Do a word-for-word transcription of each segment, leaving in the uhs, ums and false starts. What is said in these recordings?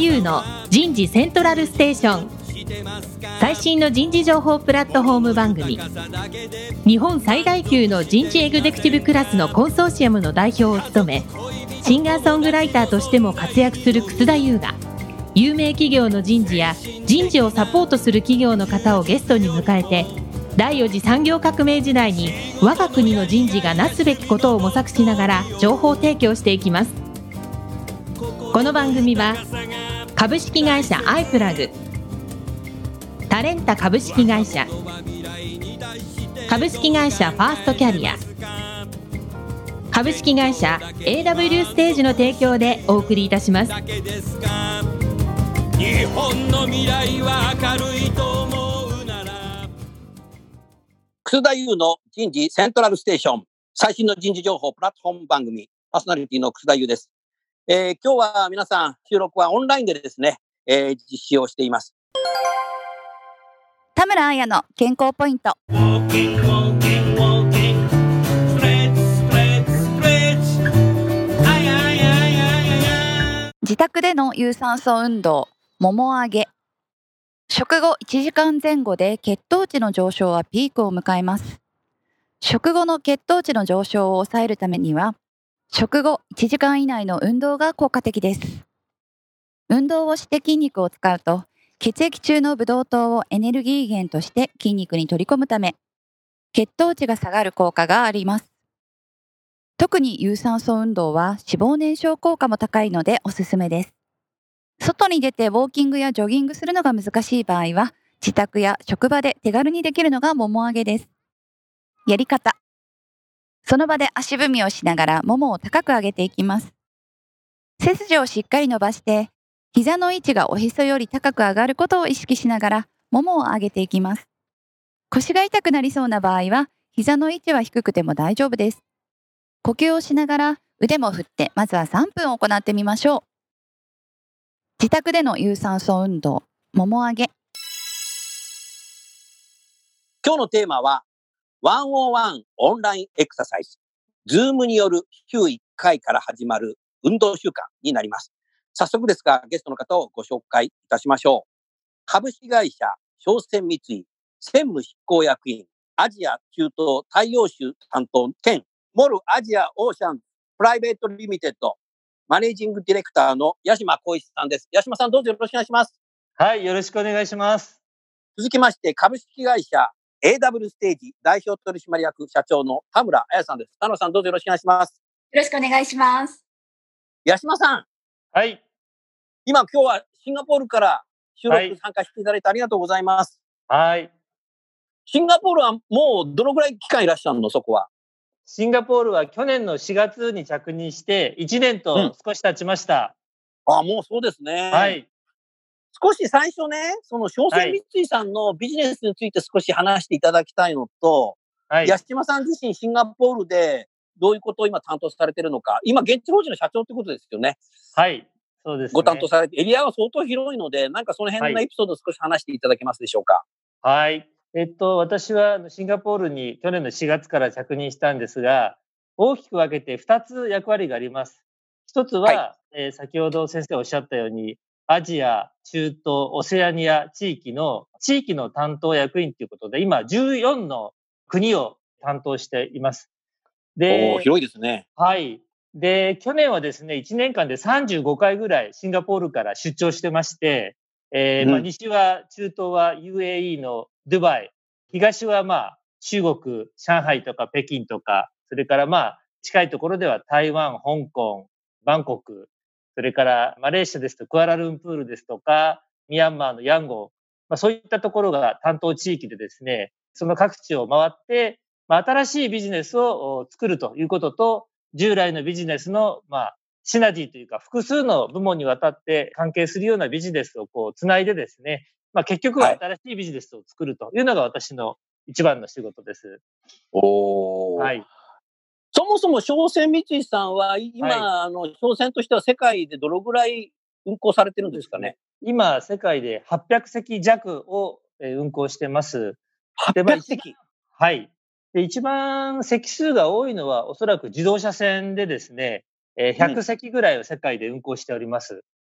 優の人事セントラルステーション、最新の人事情報プラットフォーム番組。日本最大級の人事エグゼクティブクラスのコンソーシアムの代表を務め、シンガーソングライターとしても活躍する楠田優が、有名企業の人事や人事をサポートする企業の方をゲストに迎えて、第四次産業革命時代に我が国の人事がなすべきことを模索しながら情報提供していきます。この番組は株式会社アイプラグ、タレンタ株式会社、株式会社ファーストキャリア、株式会社 エーダブリュー ステージの提供でお送りいたします。 日本の未来は明るいと思うなら。 楠田優の人事セントラルステーション、最新の人事情報プラットフォーム番組、パーソナリティの楠田優です。えー、今日は皆さん、収録はオンラインでですね、えー、実施をしています。 田村彩の健康ポイント。自宅での有酸素運動、もも上げ。食後いちじかんぜん後で血糖値の上昇はピークを迎えます。食後の血糖値の上昇を抑えるためには、食後いちじかん以内の運動が効果的です。運動をして筋肉を使うと、血液中のブドウ糖をエネルギー源として筋肉に取り込むため、血糖値が下がる効果があります。特に有酸素運動は脂肪燃焼効果も高いのでおすすめです。外に出てウォーキングやジョギングするのが難しい場合は、自宅や職場で手軽にできるのがもも上げです。やり方。その場で足踏みをしながらももを高く上げていきます。背筋をしっかり伸ばして、膝の位置がおへそより高く上がることを意識しながらももを上げていきます。腰が痛くなりそうな場合は、膝の位置は低くても大丈夫です。呼吸をしながら腕も振って、まずはさんぷん行ってみましょう。自宅での有酸素運動、もも上げ。 今日のテーマは、ひゃくいちオンラインエクササイズ、ズームによる週いっかいから始まる運動習慣になります。早速ですが、ゲストの方をご紹介いたしましょう。株式会社商船三井専務執行役員、アジア中東太陽州担当兼モルアジアオーシャンプライベートリミテッドマネージングディレクターの八島浩一さんです。八島さん、どうぞよろしくお願いします。 はい、よろしくお願いします。 続きまして、株式会社 エーダブリュー ステージ代表取締役社長の田村彩さんです。田村さん、どうぞよろしくお願いします。 よろしくお願いします。 八島さん。 はい。 今、今日はシンガポールから収録参加していただいてありがとうございます。 はい。 シンガポールはもうどのぐらい期間いらっしゃるの、そこは。 シンガポールは去年のしがつに着任していちねんと少し経ちました。 うん、ああ、もうそうですね。 はい。 少し最初ね、その商船三井さんのビジネスについて少し話していただきたいのと、はい、八島さん自身シンガポールでどういうことを今担当されているのか、今現地法人の社長ってことですよね。 はい、そうですね。 ご担当されて、エリアは相当広いので、なんかその辺のエピソードを少し話していただけますでしょうか。 はい。えっと、私はシンガポールに去年のしがつから着任したんですが、大きく分けてふたつ役割があります。一つは、はい、えー、先ほど先生おっしゃったように、アジア、中東、オセアニア地域の地域の担当役員ということで、今じゅうよんの国を担当しています。 で、おー、広いですね。 はい。で、去年はですね、いちねんかんでさんじゅうごかいぐらいシンガポールから出張してまして、えーうんまあ、西は、中東は ユーエーイー のドバイ、東はまあ中国、上海とか北京とか、それからまあ近いところでは台湾、香港、バンコク、それからマレーシアですとクアラルンプールですとか、ミャンマーのヤンゴン、まあ、そういったところが担当地域でですね、その各地を回って、まあ、新しいビジネスを作るということと、従来のビジネスのまあシナジーというか複数の部門にわたって関係するようなビジネスをこうつないでですね、まあ、結局は新しいビジネスを作るというのが私の一番の仕事です。 おー。はい。そもそも商船三井さんは今、はい、あの商船としては世界でどのぐらい運航されてるんですかね。 今世界ではっぴゃくせき弱を運航してます。 はっぴゃくせき。 はい。で、一番席数が多いのはおそらく自動車船でですね、ひゃくせきぐらいを世界で運航しております。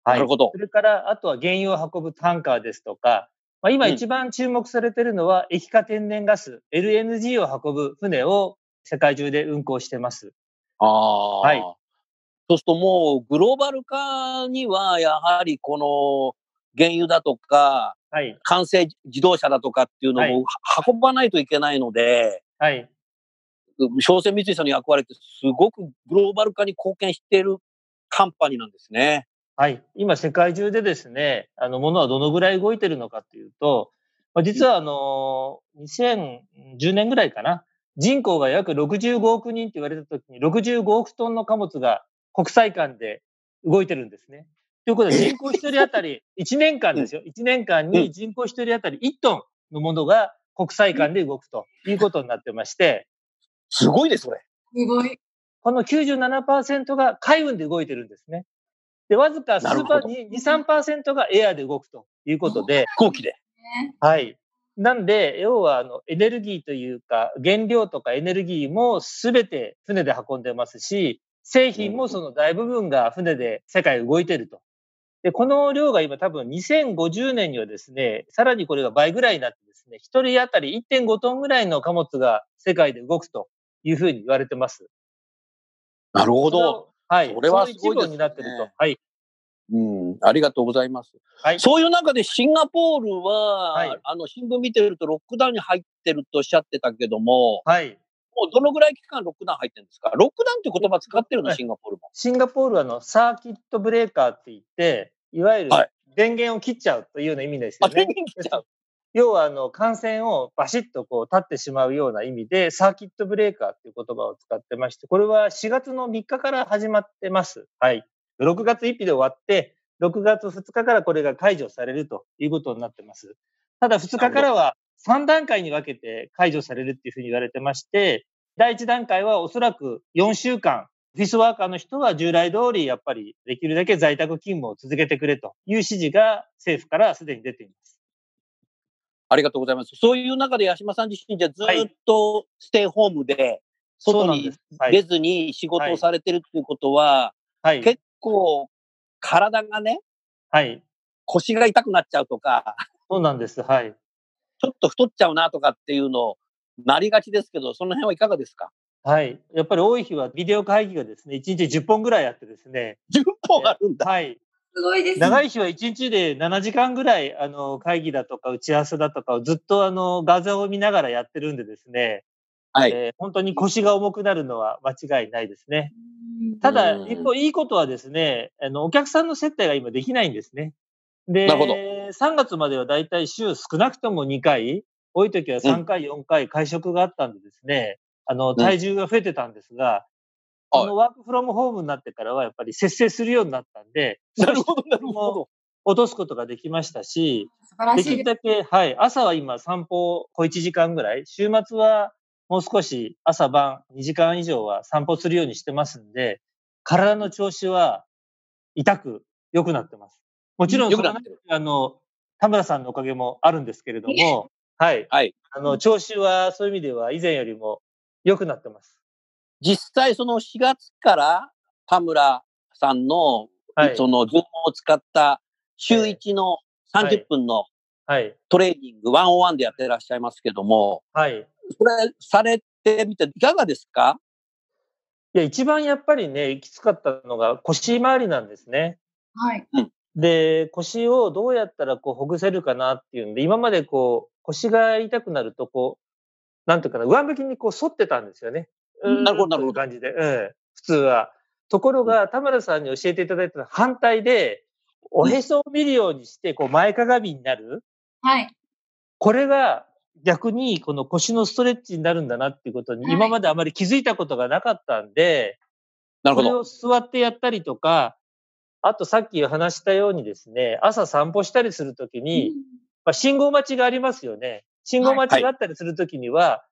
はい。 なるほどそれから、あとは原油を運ぶタンカーですとか、まあ、今一番注目されているのは、液化天然ガス、エルエヌジー を運ぶ船を世界中で運航してます。 ああ。 はい。 そうするともう、グローバル化には、やはりこの、原油だとか、 はい。 完成自動車だとかっていうのも、は運ばないといけないので、 はい。 商船三井さんの役割ってすごくグローバル化に貢献しているカンパニーなんですね。 はい。今、世界中でですね、あの、ものはどのぐらい動いてるのかっていうと、まあ、実はあの、にせんじゅうねんぐらいかな、人口が約ろくじゅうごおくにんって言われたときに、ろくじゅうごおくトンの貨物が国際間で動いてるんですね。ということで、人口ひとり当たり、いちねんかんですよ。いちねんかんに人口ひとり当たりいちトンのものが国際間で動くということになってまして、 すごいです、それ。 すごい。 この きゅうじゅうななパーセント が海運で動いてるんですね。で、わずか数パー、に、さんパーセント がエアで動くということで。 飛行機で。 はい。なんで、要は、あの、エネルギーというか、原料とかエネルギーもすべて船で運んでますし、製品もその大部分が船で世界動いてると。で、この量が今多分にせんごじゅうねんにはですね、さらにこれが倍ぐらいになってですね、一人当たり いってんごトンぐらいの貨物が世界で動くというふうに言われてます。 なるほど。 はい。 それはすごいですね。 その一部になってると。はい。 うん、ありがとうございます。はい、そういう中でシンガポールは、はい、あの新聞見てるとロックダウンに入ってるとおっしゃってたけども、 はい、 もうどのぐらい期間ロックダウン入ってるんですか？ロックダウンっていう言葉使ってるの、シンガポールも。 シンガポールはあのサーキットブレーカーって言って、いわゆる電源を切っちゃうというような意味ですよね。 電源切っちゃう。 要はあの感染をバシッとこう立ってしまうような意味で、サーキットブレーカーっていう言葉を使ってまして、これはしがつのみっかから始まってます。はい。ろくがつついたちで終わって、ろくがつふつかからこれが解除されるということになってます。ただふつかからはさんだんかいに分けて解除されるっていうふうに言われてまして、だいいちだんかいはおそらくよんしゅうかん、オフィスワーカーの人は従来通りやっぱりできるだけ在宅勤務を続けてくれという指示が政府からすでに出ています。 ありがとうございます。そういう中で八嶋さん自身じゃずっとステイホームで外に出ずに仕事をされてるっていうことは、はい、結構体がね、 はい、 腰が痛くなっちゃうとか、 そうなんです。はい。 ちょっと太っちゃうなとかっていうのなりがちですけど、その辺はいかがですか？ はい。やっぱり多い日はビデオ会議がですね、いちにちじゅっぽんぐらいあってですね。 じゅっぽんあるんだ。 はい。 すごいですね。 長い日はいちにちでななじかんぐらい、あの、会議だとか打ち合わせだとかをずっとあの、画像を見ながらやってるんでですね。 はい。 えー、本当に腰が重くなるのは間違いないですね。ただ、一方いいことはですね、あの、お客さんの接待が今できないんですね。で、 なるほど。 さんがつまではだいたい週少なくともにかい、多い時はさんかい、よんかい会食があったんでですね、あの、体重が増えてたんですが、うん、あの、ワークフロムホームになってからはやっぱり節制するようになったんで、 なるほど、なるほど。 落とすことができましたし、できるだけ、はい、朝は今散歩小いちじかんぐらい、週末はもう少し朝晩にじかん以上は散歩するようにしてますんで、体の調子は痛く良くなってます。もちろんその、あの、田村さんのおかげもあるんですけれども、はい。 はい。 あの、調子はそういう意味では以前よりも良くなってます。 実際そのしがつから田村さんの、はい、そのズームを使った週いちのさんじゅっぷんのトレーニング、ワンオンワンでやってらっしゃいますけども、 はい。 それされてみていかがですか？ いや、一番やっぱりね、きつかったのが腰回りなんですね。 はい。 うん。 で、腰をどうやったらこうほぐせるかなっていうんで、今までこう、腰が痛くなるとこう、なんていうかな、上向きにこう反ってたんですよね。 なるほど、なるほど。 感じで、うん、普通は。ところが、田村さんに教えていただいた反対で、おへそを見るようにして、こう前かがみになる。 はい。 これが逆にこの腰のストレッチになるんだなっていうことに、今まであまり気づいたことがなかったんで、 なるほど。 これを座ってやったりとか、あとさっき話したようにですね、朝散歩したりするときに、まあ、信号待ちがありますよね。信号待ちがあったりするときには、はい、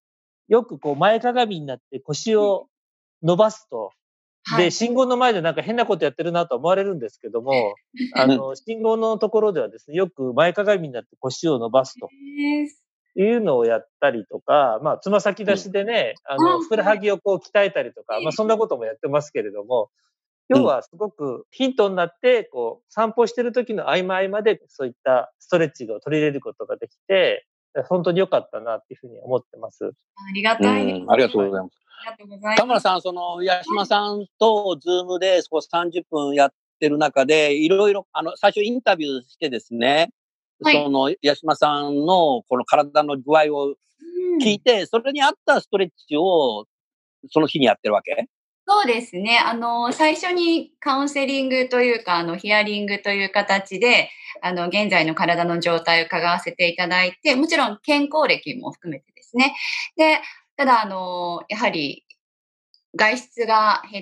よくこう前かがみになって腰を伸ばすと、はい、で、信号の前でなんか変なことやってるなと思われるんですけども、あの、信号のところではですね、よく前かがみになって腰を伸ばすというのをやったりとか、まあ、つま先出しでね、あの、ふくらはぎをこう鍛えたりとか、まあ、そんなこともやってますけれども、 要はすごくヒントになって、こう、散歩してる時の合間合間で、そういったストレッチを取り入れることができて、本当に良かったなっていうふうに思ってます。 ありがたいです。 ありがとうございます。 ありがとうございます。 田村さん、その、八島さんとズームで、そこさんじゅっぷんやってる中で、いろいろ、あの、最初インタビューしてですね、はい、その、八島さんのこの体の具合を聞いて、うん、それに合ったストレッチを、その日にやってるわけ？ そうですね。あの、最初にカウンセリングというか、あの、ヒアリングという形で、あの、現在の体の状態を伺わせていただいて、もちろん健康歴も含めてですね。で、ただ、あの、やはり、外出が減って、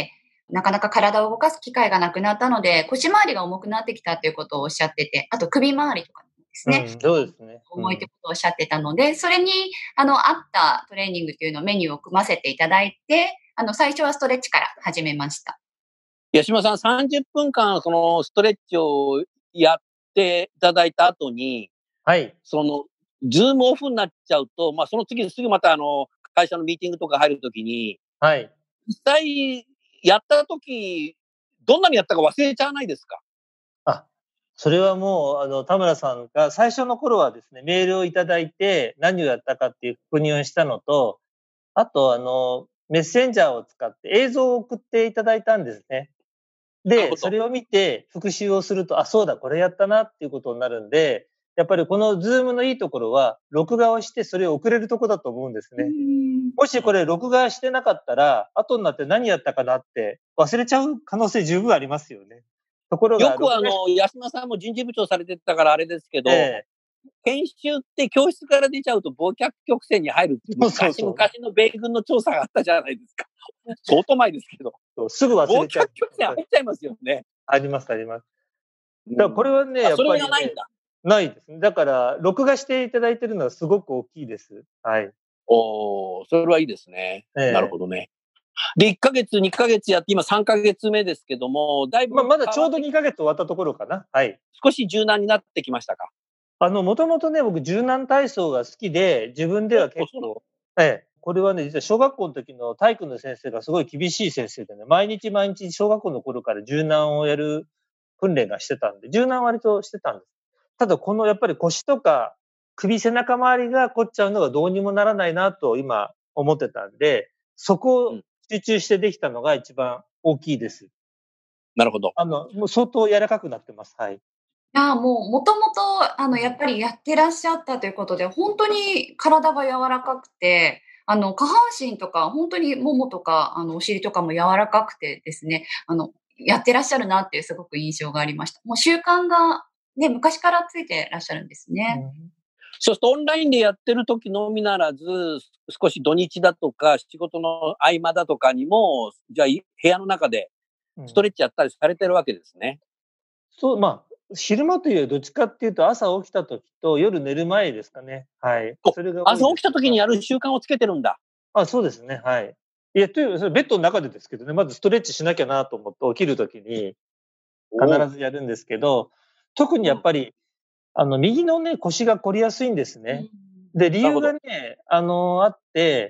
なかなか体を動かす機会がなくなったので、腰回りが重くなってきたということをおっしゃってて、あと首回りとかですね。 うん、そうですね。 重いということをおっしゃってたので、それに、あの、合ったトレーニングというのをメニューを組ませていただいて、あの、最初はストレッチから始めました。 八島さん、さんじゅっぷんかん、その、ストレッチをやっていただいた後に、 はい。 その、ズームオフになっちゃうと、まあ、その次にすぐまた、あの、会社のミーティングとか入るときに、 はい。 実際、やったとき、どんなにやったか忘れちゃわないですか？ あ、それはもう、あの、田村さんが最初の頃はですね、メールをいただいて、何をやったかっていう確認をしたのと、あと、あの、メッセンジャーを使って映像を送っていただいたんですね。で、それを見て復習をすると、あ、そうだ、これやったなっていうことになるんで、やっぱりこのズームのいいところは、録画をしてそれを送れるところだと思うんですね。もしこれ録画してなかったら、後になって何やったかなって忘れちゃう可能性十分ありますよね。ところがよくあの、八島さんも人事部長されてたからあれですけど、えー、研修って教室から出ちゃうと忘却曲線に入るって昔、そうそうそう昔の米軍の調査があったじゃないですか。相当前ですけど。 すぐ忘れちゃう。 忘却曲線入っちゃいますよね。 あります、あります。だからこれはね、うん、やっぱり、ね、 それがないんだ。 ないですね。だから、録画していただいてるのはすごく大きいです。はい。 おー、それはいいですね。えー、なるほどね。で、いっかげつ、にかげつやって、今さんかげつめですけども、だいぶ。 まあ、まだちょうどにかげつ終わったところかな。はい。 少し柔軟になってきましたか？ あの、もともとね、僕、柔軟体操が好きで、自分では結構、ええ、これはね、実は小学校の時の体育の先生がすごい厳しい先生でね、毎日毎日小学校の頃から柔軟をやる訓練がしてたんで、柔軟割としてたんです。ただ、このやっぱり腰とか首背中周りが凝っちゃうのがどうにもならないなと今思ってたんで、そこを集中してできたのが一番大きいです。 なるほど。 あの、もう相当柔らかくなってます。はい。 いや、もう、もともと、あの、やっぱりやってらっしゃったということで、本当に体が柔らかくて、あの、下半身とか、本当にももとか、あの、お尻とかも柔らかくてですね、あの、やってらっしゃるなっていうすごく印象がありました。もう習慣が、ね、昔からついてらっしゃるんですね。 うん、そうするとオンラインでやってる時のみならず、少し土日だとか、仕事の合間だとかにも、じゃあ部屋の中でストレッチやったりされてるわけですね。 うん、そう、まあ、昼間というよりどっちかっていうと朝起きた時と夜寝る前ですかね。はい。 それが朝起きた時にやる習慣をつけてるんだ。 あ、そうですね。はい。いや、というそれベッドの中でですけどね、まずストレッチしなきゃなと思って起きる時に必ずやるんですけど、特にやっぱり、あの、右のね、腰が凝りやすいんですね。で、理由がね、あの、あって、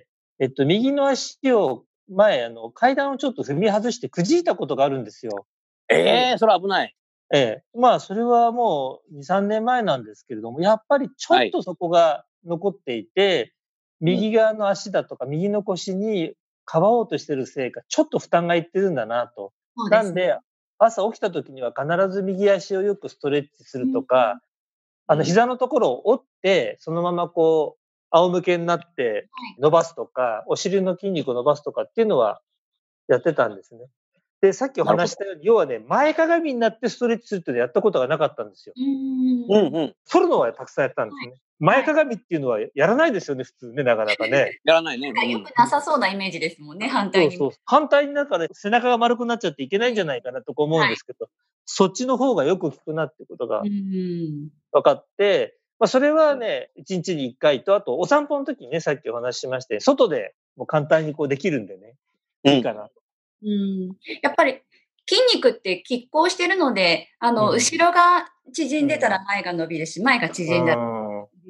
えっと、右の足を前、あの、階段をちょっと踏み外してくじいたことがあるんですよ。 ええー、それ危ない。 ええ。まあ、それはもうに、さんねんまえなんですけれども、やっぱりちょっとそこが残っていて、はい、右側の足だとか右の腰にかばおうとしてるせいか、ちょっと負担がいってるんだなと。なんで、朝起きた時には必ず右足をよくストレッチするとか、うん、あの、膝のところを折って、そのままこう、仰向けになって伸ばすとか、お尻の筋肉を伸ばすとかっていうのはやってたんですね。で、さっきお話したように、要はね、前かがみになってストレッチするってやったことがなかったんですよ。 うんうん。 反るのはたくさんやったんですね。はい、前かがみっていうのはやらないですよね、普通ね、なかなかね。 やらないね。 よくなさそうなイメージですもんね、反対に。 そうそう。反対になんかね、背中が丸くなっちゃっていけないんじゃないかなと思うんですけど、はい、そっちの方がよく効くなってことが分かって、まあ、それはね、いちにちにいっかいと、あとお散歩の時にね、さっきお話ししまして、外でもう簡単にこうできるんでね、いいかなと。 うん、やっぱり筋肉って拮抗してるので、あの、うん、後ろが縮んでたら前が伸びるし、前が縮んだら伸び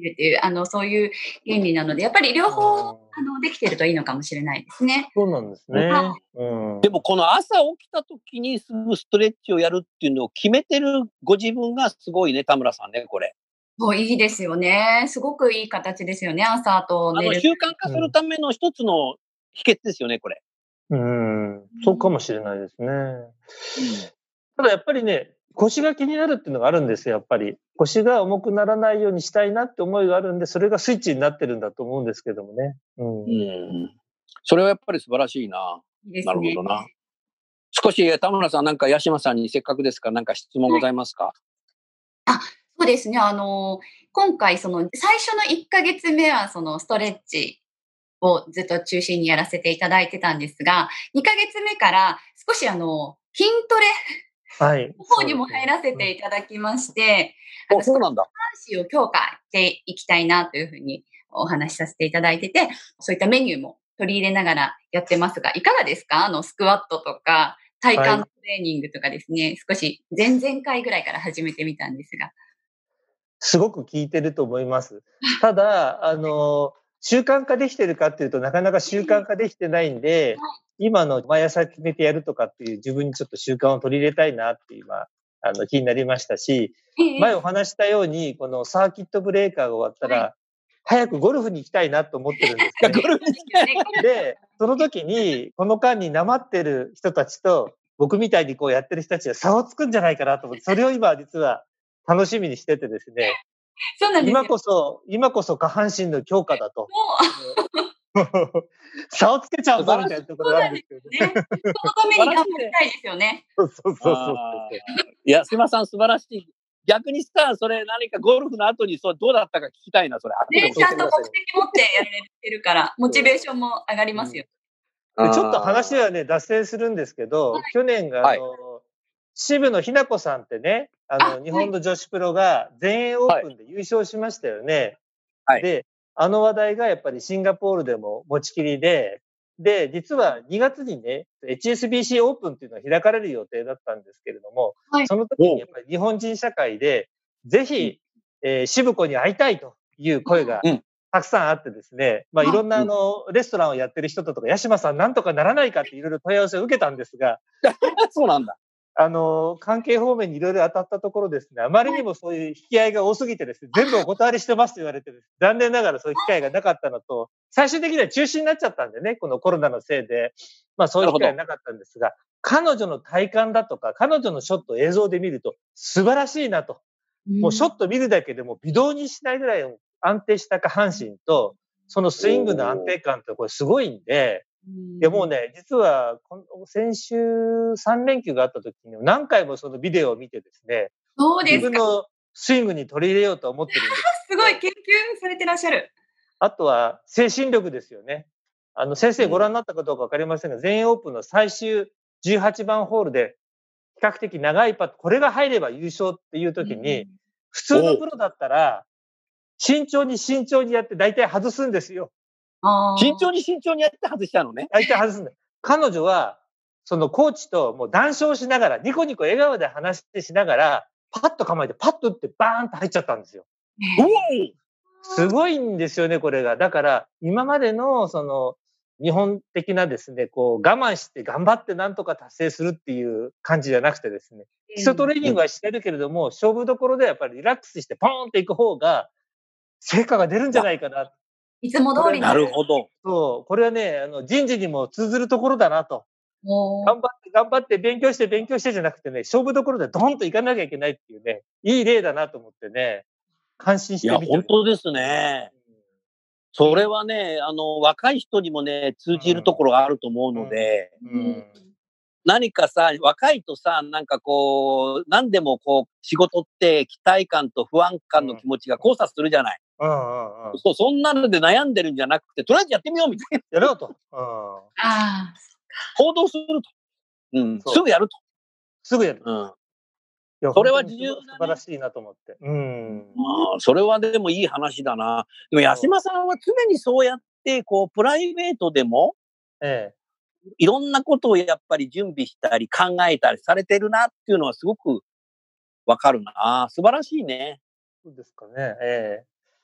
るっていう、あの、そういう原理なので、やっぱり両方、あの、できてるといいのかもしれないですね。 そうなんですね。 はうん、 でもこの朝起きた時にすぐストレッチをやるっていうのを決めてるご自分がすごいね、田村さんね、これ。 そう、いいですよね。すごくいい形ですよね、朝とあの、 寝る。 習慣化するための一つの秘訣ですよね、これ。 うん、そうかもしれないですね。ただやっぱりね、腰が気になるっていうのがあるんですよ、やっぱり。腰が重くならないようにしたいなって思いがあるんで、それがスイッチになってるんだと思うんですけどもね。うん。 うん。それはやっぱり素晴らしいな。 いいですなるほね。 どな。少し田村さん、なんか八島さんにせっかくですから、なんか質問ございますか？ あ、そうですね。あの、今回、その、最初のいっかげつめは、その、ストレッチをずっと中心にやらせていただいてたんですが、にかげつめから少しあの、筋トレはい。 の方にも入らせていただきまして、あのあ、そうなんだ。 下半身を強化していきたいなというふうにお話しさせていただいてて、そういったメニューも取り入れながらやってますが、いかがですか？あの、スクワットとか、体幹トレーニングとかですね、少し前々回ぐらいから始めてみたんですが。 すごく効いてると思います。ただ、あの、習慣化できてるかっていうとなかなか習慣化できてないんで、今の毎朝決めてやるとかっていう自分にちょっと習慣を取り入れたいなって今、あの、気になりましたし、前お話したように、このサーキットブレーカーが終わったら、早くゴルフに行きたいなと思ってるんですね。 ゴルフにで、その時に、この間になまってる人たちと、僕みたいにこうやってる人たちは差をつくんじゃないかなと思って、それを今実は楽しみにしててですね。 そうなんですよ。 今こそ、今こそ下半身の強化だと。 も差をつけちゃうぞみたいなところがあるんですけどね。 う、ね、そのために頑張りたいですよね。 そうそうそうそうそう。 いや、すいません、素晴らしい。逆にさ、それ何かゴルフの後にそうどうだったか聞きたいな、それ。 ね、ちゃんと目的持ってやられてるから、モチベーションも上がりますよ。 でちょっと話はね、脱線するんですけど、去年が、あの、渋野日向子さんってね、あの、日本の女子プロが全英オープンで優勝しましたよね。 はい。 で、あの話題がやっぱりシンガポールでも持ちきりで、で、実はにがつにね、エイチエスビーシー オープンっていうのが開かれる予定だったんですけれども、 はい、 その時にやっぱり日本人社会で、ぜひ、えー、渋子に会いたいという声がたくさんあってですね、まあいろんなあの、レストランをやってる人とか、八島さんなんとかならないかっていろいろ問い合わせを受けたんですが、 そうなんだ。 あの、関係方面にいろいろ当たったところですね、あまりにもそういう引き合いが多すぎてですね、全部お断りしてますと言われてです、残念ながらそういう機会がなかったのと、最終的には中止になっちゃったんでね、このコロナのせいで、まあそういう機会はなかったんですが、彼女の体感だとか、彼女のショット映像で見ると素晴らしいなと。もうショット見るだけでも微動にしないぐらい安定した下半身と、そのスイングの安定感ってこれすごいんで、いやもうね、実は先週さん連休があった時に何回もそのビデオを見てですね、 そうですか。 自分のスイングに取り入れようと思ってるんです。 すごい研究されてらっしゃる。 あとは精神力ですよね。あの先生ご覧になったかどうかわかりませんが、全英オープンの最終じゅうはちばんホールで比較的長いパット、これが入れば優勝っていう時に、普通のプロだったら慎重に慎重にやって大体外すんですよ。 慎重に慎重にやって外したのね。 大体外すんだよ。彼女は、そのコーチともう談笑しながら、ニコニコ笑顔で話してしながら、パッと構えて、パッと打ってバーンと入っちゃったんですよ。すごいんですよね、これが。だから、今までの、その、日本的なですね、こう、我慢して頑張ってなんとか達成するっていう感じじゃなくてですね、基礎トレーニングはしてるけれども、勝負どころでやっぱりリラックスしてポーンっていく方が、成果が出るんじゃないかな。 いつも通りなるほど。 そう、これはね、あの、人事にも通ずるところだなと。頑張って、頑張って、勉強して、勉強してじゃなくてね、勝負どころでドンと行かなきゃいけないっていうね、いい例だなと思ってね、感心してみて。 いや、本当ですね。それはね、あの、若い人にもね、通じるところがあると思うので、うんうん、何かさ、若いとさ、なんかこう、何でもこう、仕事って期待感と不安感の気持ちが交差するじゃない。 うんうんうん、 そう、そんなので悩んでるんじゃなくて、とりあえずやってみようみたいな。 やろうと。うん、 あ行動すると。うん。すぐやると。 すぐやる。 うん。いやそれは重要だ、ね。 素晴らしいなと思って。うん。 ああ、それはでもいい話だな。でも、八島さんは常にそうやって、こう、プライベートでも、 ええ、 いろんなことをやっぱり準備したり考えたりされてるなっていうのはすごくわかるな。素晴らしいね。 そうですかね。ええ。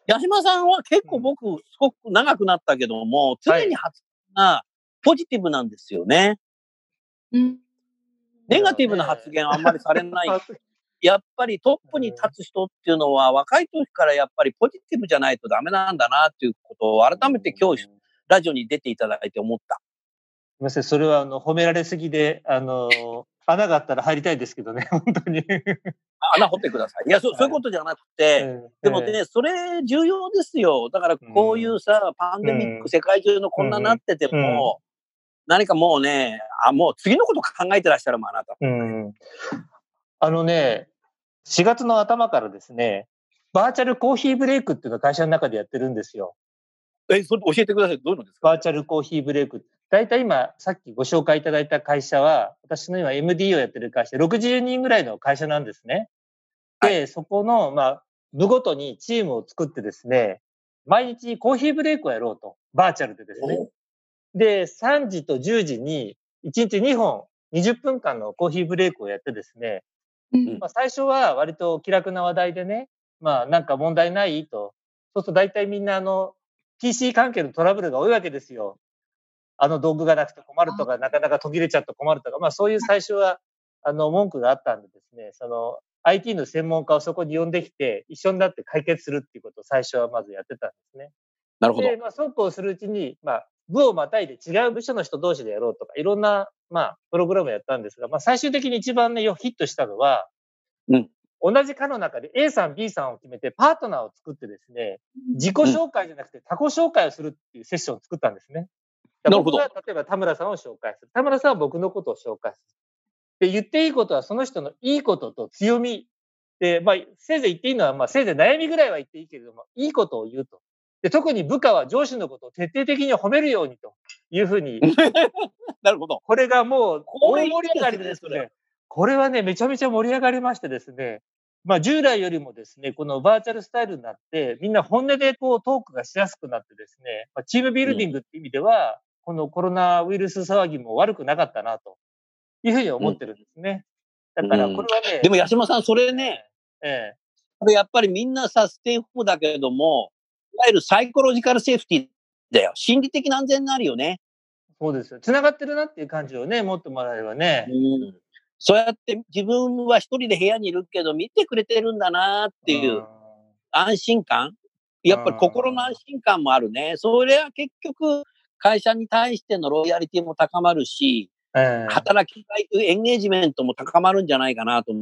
八島さんは結構僕、すごく長くなったけども、常に発言がポジティブなんですよね。 うん。 ネガティブな発言はあんまりされない。やっぱりトップに立つ人っていうのは、若い時からやっぱりポジティブじゃないとダメなんだなっていうことを改めて今日、ラジオに出ていただいて思った。 すみません、それはあの褒められすぎで、あの、穴があったら入りたいですけどね、本当に。 穴掘ってください。いや、そ、そういうことじゃなくて、 ええでもね、それ重要ですよ。だからこういうさ、パンデミック、 うん世界中のこんななってても、何かもうね、あ、もう次のこと考えてらっしゃるもん、あなた。 うん。あのね、しがつの頭からですね、バーチャルコーヒーブレイクっていうのを会社の中でやってるんですよ。 え、それ教えてください。どういうのですか？ バーチャルコーヒーブレイク。だいたい今、さっきご紹介いただいた会社は、私の今 エムディー をやってる会社、ろくじゅうにんぐらいの会社なんですね。で、そこの、まあ、部ごとにチームを作ってですね、毎日コーヒーブレイクをやろうと。バーチャルでですね。で、さんじとじゅうじにいちにちにほん、にじゅっぷんかんのコーヒーブレイクをやってですね、まあ、最初は割と気楽な話題でね、まあなんか問題ないと。そうすると大体みんなあの、ピーシー 関係のトラブルが多いわけですよ。あの道具がなくて困るとか、なかなか途切れちゃって困るとか、まあそういう最初は、あの、文句があったんでですね、その、アイティー の専門家をそこに呼んできて、一緒になって解決するっていうことを最初はまずやってたんですね。 なるほど。 で、まあそうこうするうちに、まあ、部をまたいで違う部署の人同士でやろうとか、いろんな、まあ、プログラムをやったんですが、まあ最終的に一番ね、ヒットしたのは、 うん。 同じ課の中で A さん、B さんを決めてパートナーを作ってですね、自己紹介じゃなくて他己紹介をするっていうセッションを作ったんですね。 なるほど。 僕が例えば田村さんを紹介する。田村さんは僕のことを紹介する。で、言っていいことはその人のいいことと強み。で、まあ、せいぜい言っていいのは、まあ、せいぜい悩みぐらいは言っていいけれども、いいことを言うと。で、特に部下は上司のことを徹底的に褒めるようにというふうに。 なるほど。 これがもう大盛り上がりでですね。これはね、めちゃめちゃ盛り上がりましてですね。まあ、従来よりもですね、このバーチャルスタイルになって、みんな本音でこうトークがしやすくなってですね、まあ、チームビルディングっていう意味では、このコロナウイルス騒ぎも悪くなかったな、というふうに思ってるんですね。だからこれはね。 うん、でも八島さん、それね、 ええ。 これやっぱりみんなさ、ステイホームだけれども、いわゆるサイコロジカルセーフティーだよ。心理的な安全になるよね。 そうですよ。繋がってるなっていう感じをね、持ってもらえればね。 うん、そうやって自分は一人で部屋にいるけど見てくれてるんだなっていう安心感。やっぱり心の安心感もあるね。それは結局会社に対してのロイヤリティも高まるし、えー、働きがいというエンゲージメントも高まるんじゃないかなと思った。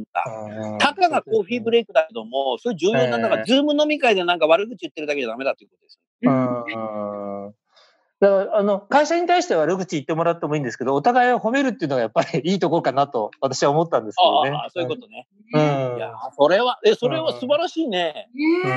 たかがコーヒーブレイクだけども、それ重要なんだから、ズーム飲み会でなんか悪口言ってるだけじゃダメだということですよね。 だからあの会社に対しては悪口言ってもらってもいいんですけど、お互いを褒めるっていうのがやっぱりいいところかなと私は思ったんですけどね。 ああ、そういうことね。 うん、 いや、それは、え、それは素晴らしいね。 うん。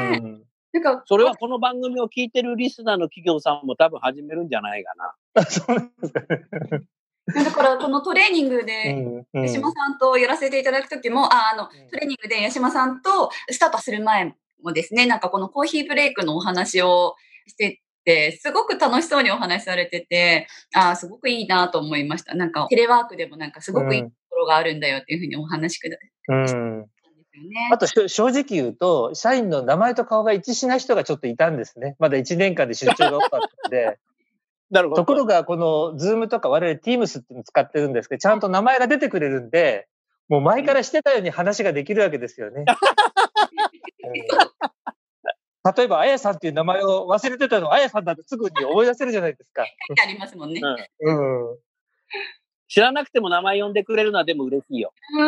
なんか、それはこの番組を聞いてるリスナーの企業さんも多分始めるんじゃないかな。 そうなんですかね。 だから、このトレーニングで、八島さんとやらせていただくときも、あ、あの、トレーニングで八島さんとスタートする前もですね、なんかこのコーヒーブレイクのお話をしてて、すごく楽しそうにお話しされてて、あ、すごくいいなと思いました。なんか、テレワークでもなんかすごくいいところがあるんだよっていうふうにお話しください。 うんあと正直言うと、社員の名前と顔が一致しない人がちょっといたんですね。まだいちねんかんで出張が多かったので。 なるほど。 ところが、この Zoom とか我々 Teams っていうのを使ってるんですけど、ちゃんと名前が出てくれるんで、もう前からしてたように話ができるわけですよね。例えば、あやさんっていう名前を忘れてたのをあやさんだとすぐに思い出せるじゃないですか。 書いてありますもんね。 うん。うん、知らなくても名前呼んでくれるのはでも嬉しいよ。 うん。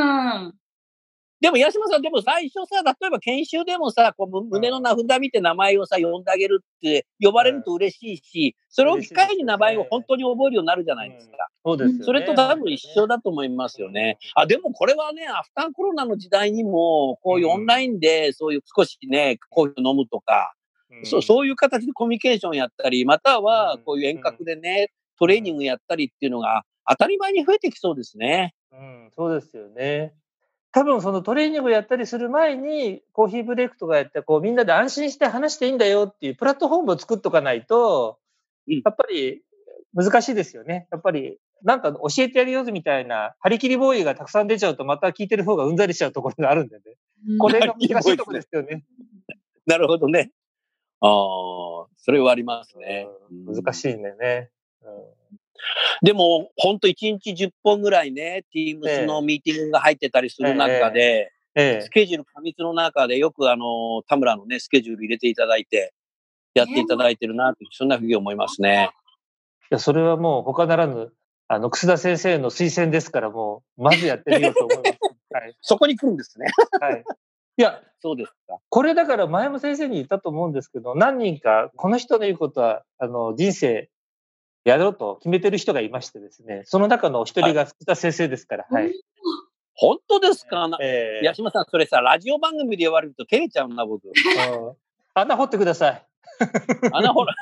でも、八島さん、でも最初さ、例えば研修でもさ、こう胸の名札見て名前をさ、呼んであげるって、呼ばれると嬉しいし、それを機会に名前を本当に覚えるようになるじゃないですか。 そうですよね。 それと多分一緒だと思いますよね。あ、でもこれはね、アフターコロナの時代にも、こういうオンラインで、そういう少しね、コーヒーを飲むとか、そう、そういう形でコミュニケーションやったり、または、こういう遠隔でね、トレーニングやったりっていうのが、当たり前に増えてきそうですね。 うん、そうですよね。多分そのトレーニングやったりする前に、コーヒーブレイクとかやって、こうみんなで安心して話していいんだよっていうプラットフォームを作っとかないと、やっぱり難しいですよね。やっぱりなんか教えてやるよみたいな、張り切りボーイがたくさん出ちゃうとまた聞いてる方がうんざりしちゃうところがあるんでね。これが難しいところですよね。 なるほどね。 ああ、それはありますね。 うん、難しいんだよね。うん、 でも、ほんといちにちじゅっぽんぐらいね、Teams のミーティングが入ってたりする中で、ええええ、スケジュール過密の中でよくあの、田村のね、スケジュール入れていただいて、やっていただいてるなって、そんなふうに思いますね。 いや、それはもう他ならぬ、あの、楠田先生の推薦ですから、もう、まずやってみようと思います。はい、 そこに来るんですね。 はい。いや、 そうですか。 これだから前も先生に言ったと思うんですけど、何人かこの人の言うことは、あの、人生やろうと決めてる人がいましてですね、その中の一人が福田先生ですから、はい。はい、 本当ですか、 えー、 八島さん、それさ、ラジオ番組で言われると照れちゃうな、僕。うん、 穴掘ってください。 穴掘る。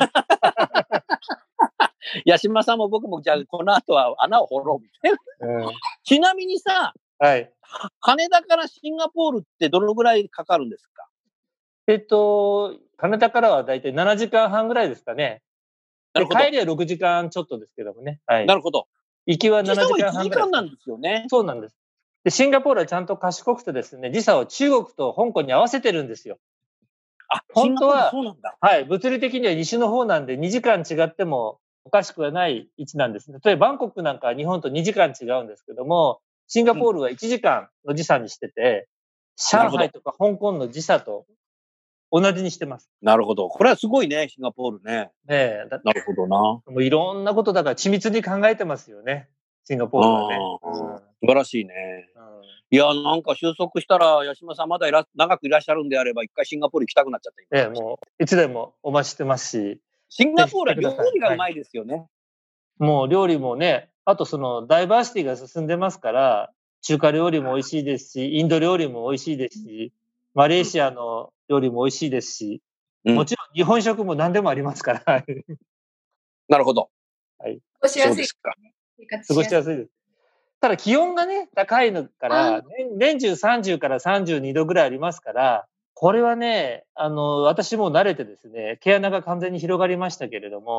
八島さんも僕も、じゃあ、この後は穴を掘ろうみたいな。うん、ちなみにさ、 はい。 羽田からシンガポールってどのぐらいかかるんですか？ えっと、羽田からはだいたいななじかんはんぐらいですかね。で、帰りはろくじかんちょっとですけどもね。はい。 なるほど。 行きはななじかんはんぐらい。 いちじかんなんですよね。 そうなんです。で、シンガポールはちゃんと賢くてですね、時差を中国と香港に合わせてるんですよ。 あ、 本当は、 そうなんだ。 はい、物理的には西の方なんでにじかん違ってもおかしくはない位置なんですね。例えばバンコクなんかは日本とにじかん違うんですけども、シンガポールはいちじかんの時差にしてて、うん、上海とか香港の時差と同じにしてます。 なるほど。これはすごいね、シンガポールね。 ねえ。 なるほどな。 もういろんなことだから緻密に考えてますよね、シンガポールはね。 うん、素晴らしいね。うん、いや、なんか収束したら、八島さんまだいら長くいらっしゃるんであれば、一回シンガポール行きたくなっちゃった。 ええ、もういつでもお待ちしてますし。 シンガポールは料理がうまいですよね。はい、 もう料理もね、あとそのダイバーシティが進んでますから、中華料理も美味しいですし、インド料理も美味しいですし、マレーシアの料理も美味しいですし、うん、もちろん日本食も何でもありますから。 なるほど。 はい。過ごしやすいですか。過ごしやすいです。ただ気温がね、高いのから、年, 年中さんじゅうからさんじゅうにどぐらいありますから、これはね、あの、私も慣れてですね、毛穴が完全に広がりましたけれども、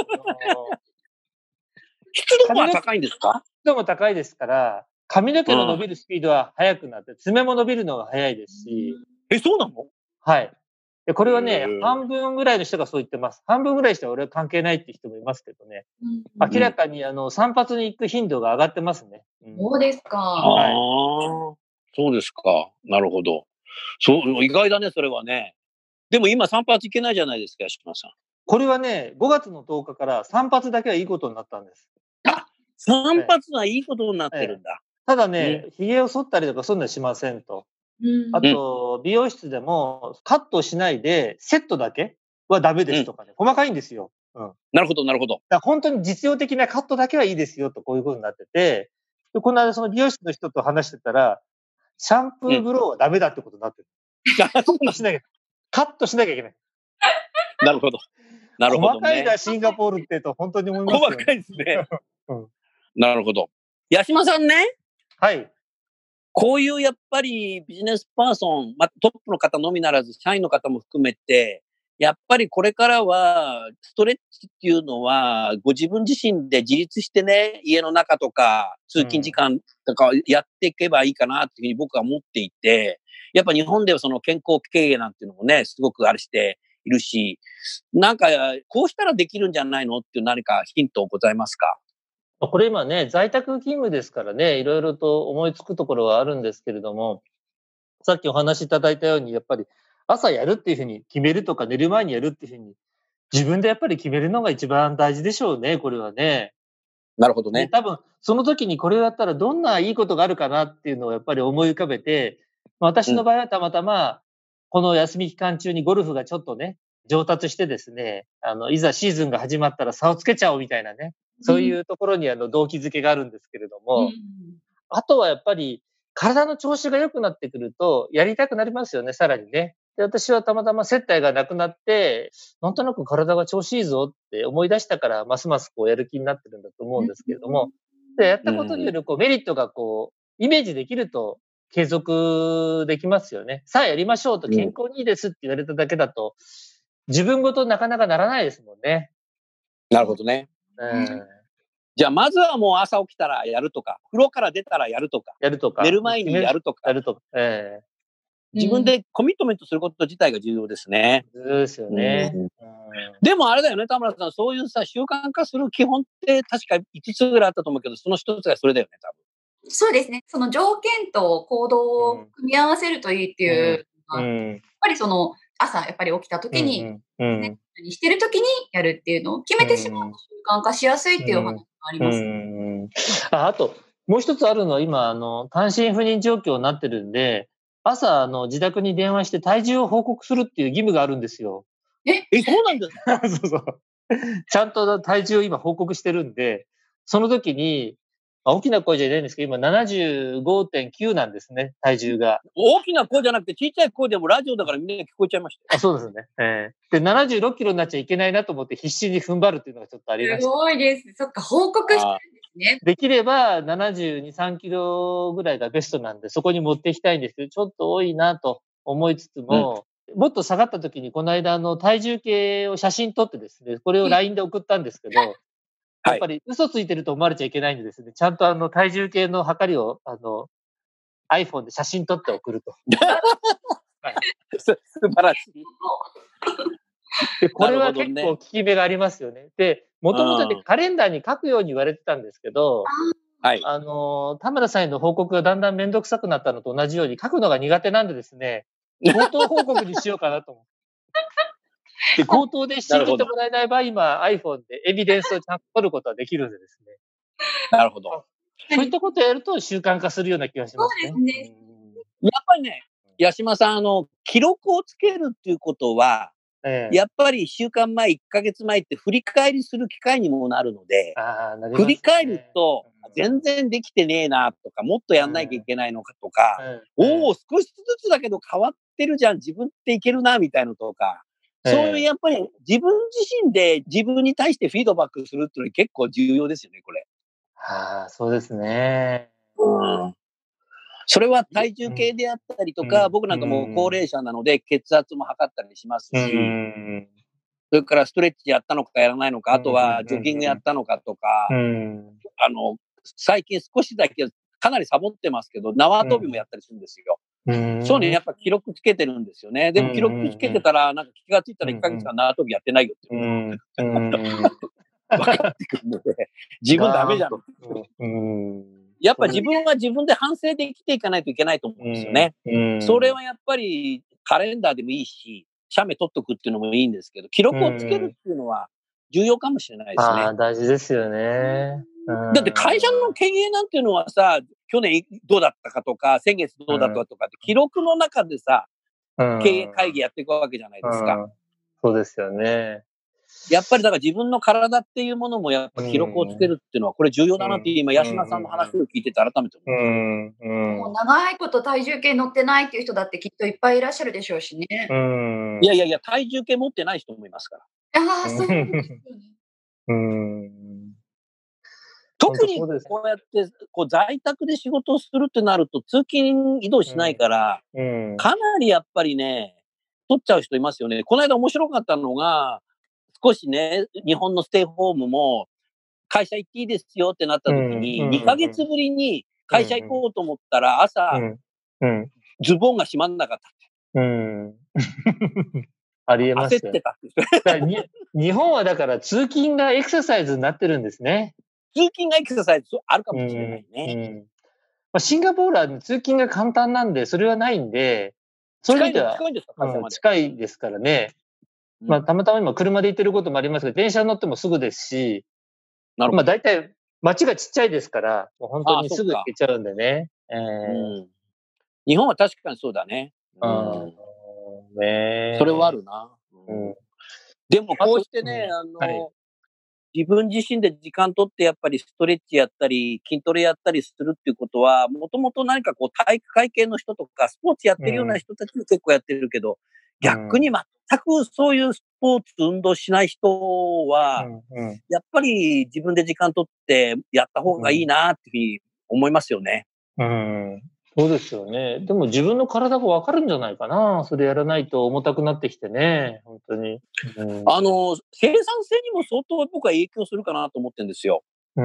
湿度も高いんですか？ 湿度も高いですから、髪の毛の伸びるスピードは速くなって、爪も伸びるのが速いですし。 え、そうなの？ はい。でこれはね、半分ぐらいの人がそう言ってます。半分ぐらいの人は俺は関係ないって人もいますけどね。うん、明らかにあの散髪に行く頻度が上がってますね。 うん、そうですか。 はい。そうですか。なるほど。そう、意外だね、それはね。でも今散髪行けないじゃないですか、八島さん。 これはね、ごがつのとおかから散髪だけはいいことになったんです。 あ、散髪はいいことになってるんだ。 ええ、ただね、髭を剃ったりとかそういうのはしませんと。うん、あと、美容室でもカットしないでセットだけはダメですとかね、うん、細かいんですよ。うん、 なるほど、なるほど。 だ本当に実用的なカットだけはいいですよと、こういうことになってて、でこの間その美容室の人と話してたら、シャンプーブローはダメだってことになってる。カットしなきゃ、カットしなきゃいけない。 なるほど。なるほど、ね。 細かいな、シンガポールってと本当に思いますよ、ね。 細かいですね。うん、なるほど。八島さんね。 はい。 こういうやっぱりビジネスパーソン、まあ、トップの方のみならず、社員の方も含めて、やっぱりこれからは、ストレッチっていうのは、ご自分自身で自立してね、家の中とか、通勤時間とかやっていけばいいかなっていうふうに僕は思っていて、やっぱ日本ではその健康経営なんていうのもね、すごくあれしているし、なんか、こうしたらできるんじゃないのっていう何かヒントございますか？ これ今ね、在宅勤務ですからね、いろいろと思いつくところはあるんですけれども、さっきお話しいただいたように、やっぱり朝やるっていうふうに決めるとか、寝る前にやるっていうふうに、自分でやっぱり決めるのが一番大事でしょうね、これはね。 なるほどね。 多分、その時にこれをやったらどんないいことがあるかなっていうのをやっぱり思い浮かべて、私の場合はたまたま、この休み期間中にゴルフがちょっとね、上達してですね、あの、いざシーズンが始まったら差をつけちゃおうみたいなね、そういうところにあの動機づけがあるんですけれども、うん、あとはやっぱり体の調子が良くなってくるとやりたくなりますよね、さらにね。で、私はたまたま接待がなくなって、なんとなく体が調子いいぞって思い出したから、ますますこうやる気になってるんだと思うんですけれども、で、やったことによるこうメリットがこう、イメージできると継続できますよね。さあやりましょうと健康にいいですって言われただけだと、自分ごとなかなかならないですもんね。 なるほどね。うん、じゃあまずはもう朝起きたらやるとか、風呂から出たらやるとか、 やるとか、 寝る前にやるとか。 やるとか。え自分でコミットメントすること自体が重要ですね。 そうですよね。 うん、でもあれだよね、田村さん、そういうさ、習慣化する基本って確かいつつぐらいあったと思うけど、その一つがそれだよね、多分。 そうですね。その条件と行動を組み合わせるといいっていうのが、うんうん、やっぱりその朝やっぱり起きた時に、うんうんね、何してる時にやるっていうのを決めてしまうと習慣化しやすいっていう話があります、ね。うんうん、あ, あと、もう一つあるのは今、あの、単身赴任状況になってるんで、朝、あの、自宅に電話して体重を報告するっていう義務があるんですよ。 え、 え、そうなんですか？ そうそう。ちゃんと体重を今報告してるんで、その時に、大きな声じゃないんですけど、今 ななじゅうごてんきゅう なんですね、体重が。 大きな声じゃなくて、小さい声でもラジオだからみんな聞こえちゃいました。 あ、そうですね。えー、で、ななじゅうろっキロになっちゃいけないなと思って必死に踏ん張るっていうのがちょっとありました。 すごいです。そっか、報告してるんですね。 できればななじゅうに、さんキロぐらいがベストなんで、そこに持っていきたいんですけど、ちょっと多いなと思いつつも、うん、もっと下がった時に、この間、あの、体重計を写真撮ってですね、これを ライン で送ったんですけど、やっぱり嘘ついてると思われちゃいけないんでですね、ちゃんとあの体重計の測りをあの iPhone で写真撮って送ると。 はい、素晴らしい。 でこれは結構効き目がありますよね。で、もともとでカレンダーに書くように言われてたんですけど、はい、あの田村さんへの報告がだんだんめんどくさくなったのと同じように書くのが苦手なんでですね、口頭報告にしようかなと思って。で、口頭で信じてもらえない場合、今 iPhone でエビデンスをちゃんと取ることはできるんでですね。 なるほど。 そういったことをやると習慣化するような気がしますね。 そうですね。 やっぱりね、八島さん、あの、記録をつけるっていうことは、ええ、やっぱりいっしゅうかんまえ、いっかげつまえって振り返りする機会にもなるので、 あー、なりますね。 振り返ると、全然できてねえなとか、もっとやんなきゃいけないのかとか、うんうん、おお、少しずつだけど変わってるじゃん、自分っていけるな、みたいなのとか、そういうやっぱり自分自身で自分に対してフィードバックするっていうのは結構重要ですよね、これ。 はあ、そうですね。 うん。それは体重計であったりとか、うん、僕なんかもう高齢者なので血圧も測ったりしますし、うん、それからストレッチやったのかやらないのか、あとはジョギングやったのかとか、うん、あの、最近少しだけかなりサボってますけど、縄跳びもやったりするんですよ。うん、そうね、やっぱ記録つけてるんですよね。でも記録つけてたら、なんか気がついたらいっかげつかん縄跳びやってないよっていうのが分かってくるので、自分ダメじゃん。うん、やっぱ自分は自分で反省で生きていかないといけないと思うんですよね。うん、それはやっぱりカレンダーでもいいし、写メ撮っとくっていうのもいいんですけど、記録をつけるっていうのは重要かもしれないですね。 ああ、大事ですよね。 だって会社の経営なんていうのはさ、去年どうだったかとか、先月どうだったかとかって、記録の中でさ、経営会議やっていくわけじゃないですか。 うん、そうですよね。 やっぱりだから自分の体っていうものもやっぱ記録をつけるっていうのはこれ重要だなって今、八島さんの話を聞いてて改めて思いました。うんうん、もう長いこと体重計乗ってないっていう人だってきっといっぱいいらっしゃるでしょうしね。 うん、いやいやいや、体重計持ってない人もいますから。 ああ、そうですね。 うん特にこうやってこう在宅で仕事をするってなると通勤移動しないから、うんうん、かなりやっぱりね、取っちゃう人いますよね。この間面白かったのが、少しね、日本のステイホームも会社行っていいですよってなった時に、にかげつぶりに会社行こうと思ったら朝、うんうん、ズボンが閉まんなかったって。うんありえますよ。 焦ってたって日本はだから通勤がエクササイズになってるんですね。 通勤がエクササイズあるかもしれないね。うんうん、まあ、シンガポールは通勤が簡単なんで、それはないんで、そういう意味では近いんですか、 うん、近いですからね。うん、まあ、たまたま今車で行ってることもありますけど、電車乗ってもすぐですし、なるほど。まあ、大体街がちっちゃいですから、もう本当にすぐ行けちゃうんでね。えーうん、日本は確かにそうだね。うん、ねそれはあるな。うん、でもこうしてね、あの、はい、自分自身で時間取ってやっぱりストレッチやったり筋トレやったりするっていうことはもともと何かこう体育会系の人とかスポーツやってるような人たちも結構やってるけど、うん、逆に全くそういうスポーツ運動しない人は、うんうん、やっぱり自分で時間取ってやった方がいいなっていうふうに思いますよね。 うん、うんそうですよね。でも自分の体がわかるんじゃないかな。それやらないと重たくなってきてね。本当に。 うん、あの、生産性にも相当僕は影響するかなと思ってるんですよ。 うん、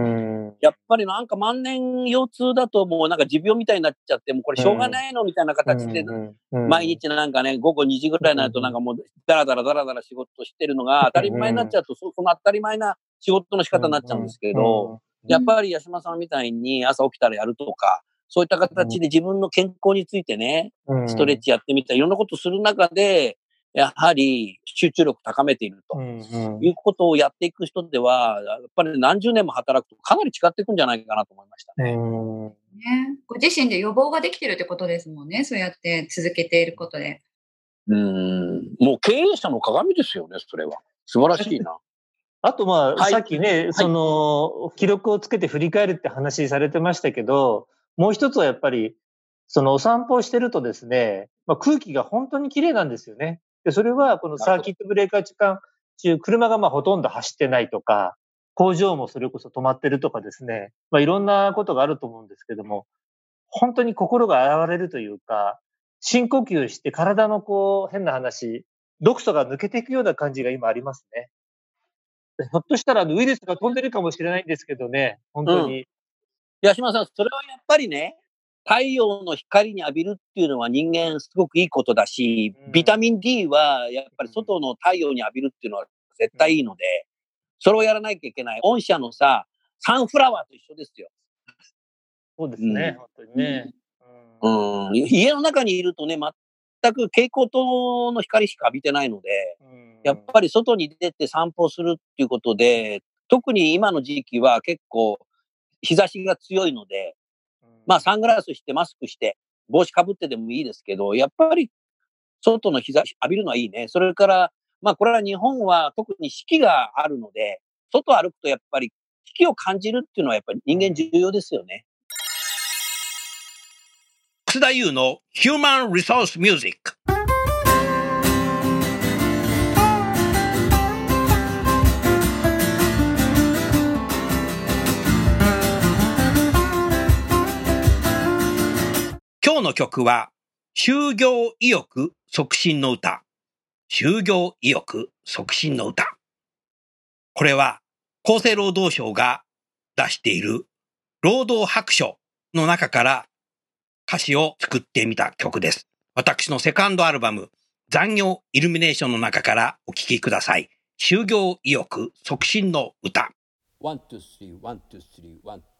やっぱりなんか万年腰痛だともうなんか持病みたいになっちゃって、もうこれしょうがないのみたいな形で、毎日なんかね、午後にじぐらいになるとなんかもうダラダラダラダラ仕事してるのが当たり前になっちゃうと、その当たり前な仕事の仕方になっちゃうんですけど、やっぱり八嶋さんみたいに朝起きたらやるとか、そういった形で自分の健康についてね、ストレッチやってみたり、いろんなことする中で、やはり集中力高めているということをやっていく人では、やっぱり何十年も働くとかなり違っていくんじゃないかなと思いましたね。 うんね、ご自身で予防ができてるってことですもんね。そうやって続けていることで。 うーん、もう経営者の鏡ですよね、それは。素晴らしいな。 あと、まあ、 はい、 さっきね、はい、その、記録をつけて振り返るって話されてましたけど、もう一つはやっぱり、そのお散歩をしてるとですね、まあ、空気が本当に綺麗なんですよね。で、それはこのサーキットブレーカー期間中、車がまあほとんど走ってないとか、工場もそれこそ止まってるとかですね、まあいろんなことがあると思うんですけども、本当に心が洗われるというか、深呼吸して体のこう変な話、毒素が抜けていくような感じが今ありますね。ひょっとしたらウイルスが飛んでるかもしれないんですけどね、本当に。うん、 八嶋さん、それはやっぱりね、太陽の光に浴びるっていうのは人間すごくいいことだし、うん、ビタミン D はやっぱり外の太陽に浴びるっていうのは絶対いいので、それをやらなきゃいけない。御社のさ、サンフラワーと一緒ですよ。 そうですね、うん、本当にね、 うんうん。家の中にいるとね、全く蛍光灯の光しか浴びてないので、うん、やっぱり外に出て散歩するっていうことで、特に今の時期は結構日差しが強いので、うん、まあサングラスしてマスクして帽子かぶってでもいいですけど、やっぱり外の日差し浴びるのはいいね。それから、まあこれは日本は特に四季があるので、外歩くとやっぱり四季を感じるっていうのはやっぱり人間重要ですよね。楠田優の Human Resource Music。今日の曲は就業意欲促進の歌。就業意欲促進の歌。これは厚生労働省が出している労働白書の中から歌詞を作ってみた曲です。私のセカンドアルバム残業イルミネーションの中からお聴きください。就業意欲促進の歌。ワン、ツー、スリー、ワン、ツー、スリー、ワン。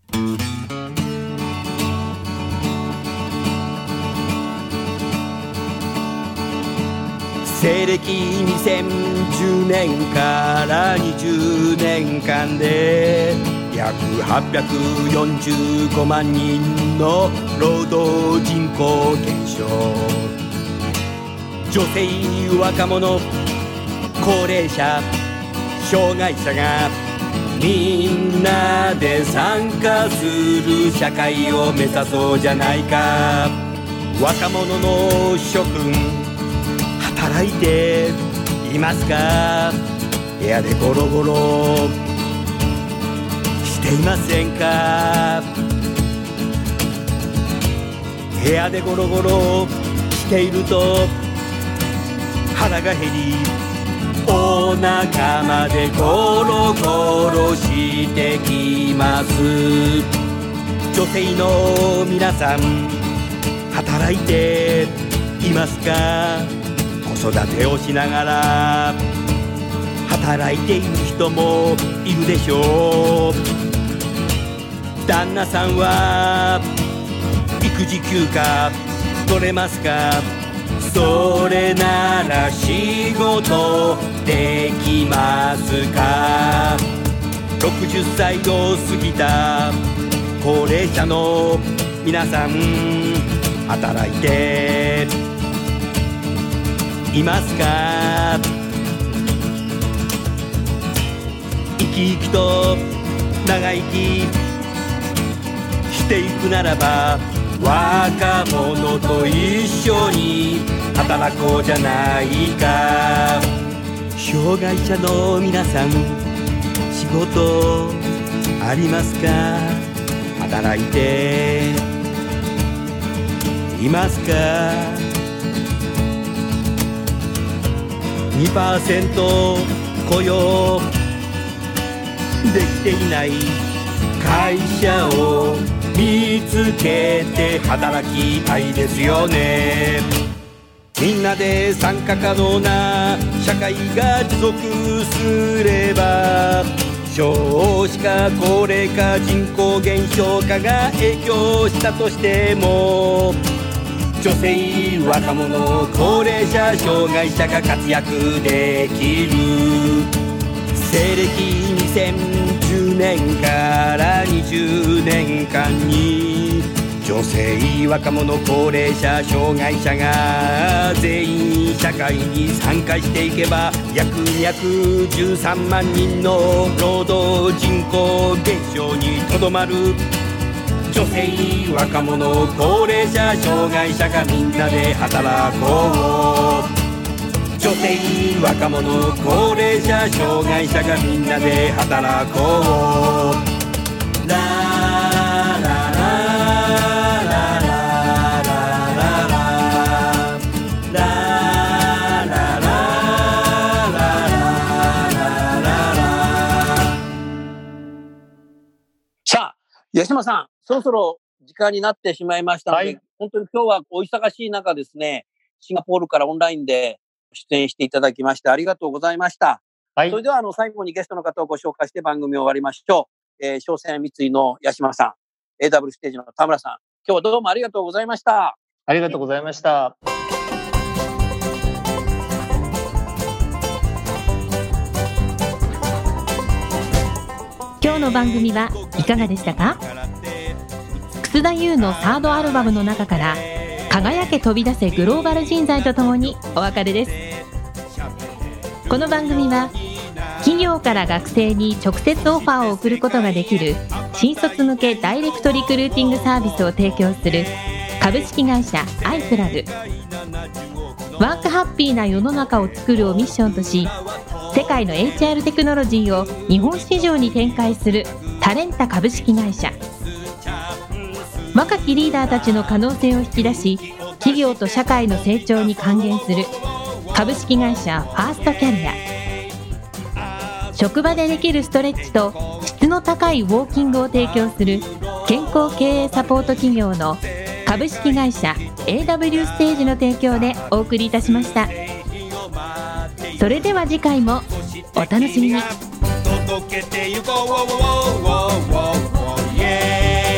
西暦にせんじゅうねんからにじゅうねんかんで約はっぴゃくよんじゅうごまんにんの労働人口減少。女性、若者、高齢者、障害者がみんなで参加する社会を目指そうじゃないか。若者の諸君、働いていますか。部屋でゴロゴロしていませんか。部屋でゴロゴロしていると腹が減り、お腹までゴロゴロしてきます。女性の皆さん、働いていますか。子育てをしながら働いている人もいるでしょう。旦那さんは育児休暇取れますか。それなら仕事できますか。ろくじゅっさいを過ぎた高齢者の皆さん、働いていますか。生き生きと長生きしていくならば、若者と一緒に働こうじゃないか。障害者の皆さん、仕事ありますか。働いていますか。にパーセント 雇用できていない会社を見つけて働きたいですよね。みんなで参加可能な社会が持続すれば、少子化高齢化人口減少化が影響したとしても、女性若者高齢者障害者が活躍できる。西暦にせんじゅうねんからにじゅうねんかんに女性若者高齢者障害者が全員社会に参加していけば、約にひゃくじゅうさんまんにんの労働人口減少にとどまる。女性若者高齢者障害者がみんなで働こう。女性若者高齢者障害者がみんなで働こう。ララララララララララ。 さあ、八島さん、そろそろ時間になってしまいましたので、 はい、 本当に今日はお忙しい中ですね、シンガポールからオンラインで出演していただきましてありがとうございました。 はい、 それではあの最後にゲストの方をご紹介して番組を終わりましょう。えー、商船三井の八島さん、エーダブリュー ステージの田村さん、今日はどうもありがとうございました。 ありがとうございました。 今日の番組はいかがでしたか？楠田優のサードアルバムの中から輝け飛び出せグローバル人材とともにお別れです。この番組は企業から学生に直接オファーを送ることができる新卒向けダイレクトリクルーティングサービスを提供する株式会社アイプラグ、ワークハッピーな世の中を作るをミッションとし、世界の エイチアール テクノロジーを日本市場に展開するタレンタ株式会社、若きリーダーたちの可能性を引き出し、企業と社会の成長に還元する株式会社ファーストキャリア、職場でできるストレッチと質の高いウォーキングを提供する健康経営サポート企業の株式会社 エーダブリュー ステージの提供でお送りいたしました。それでは次回もお楽しみに。 届けてゆこう、イエーイ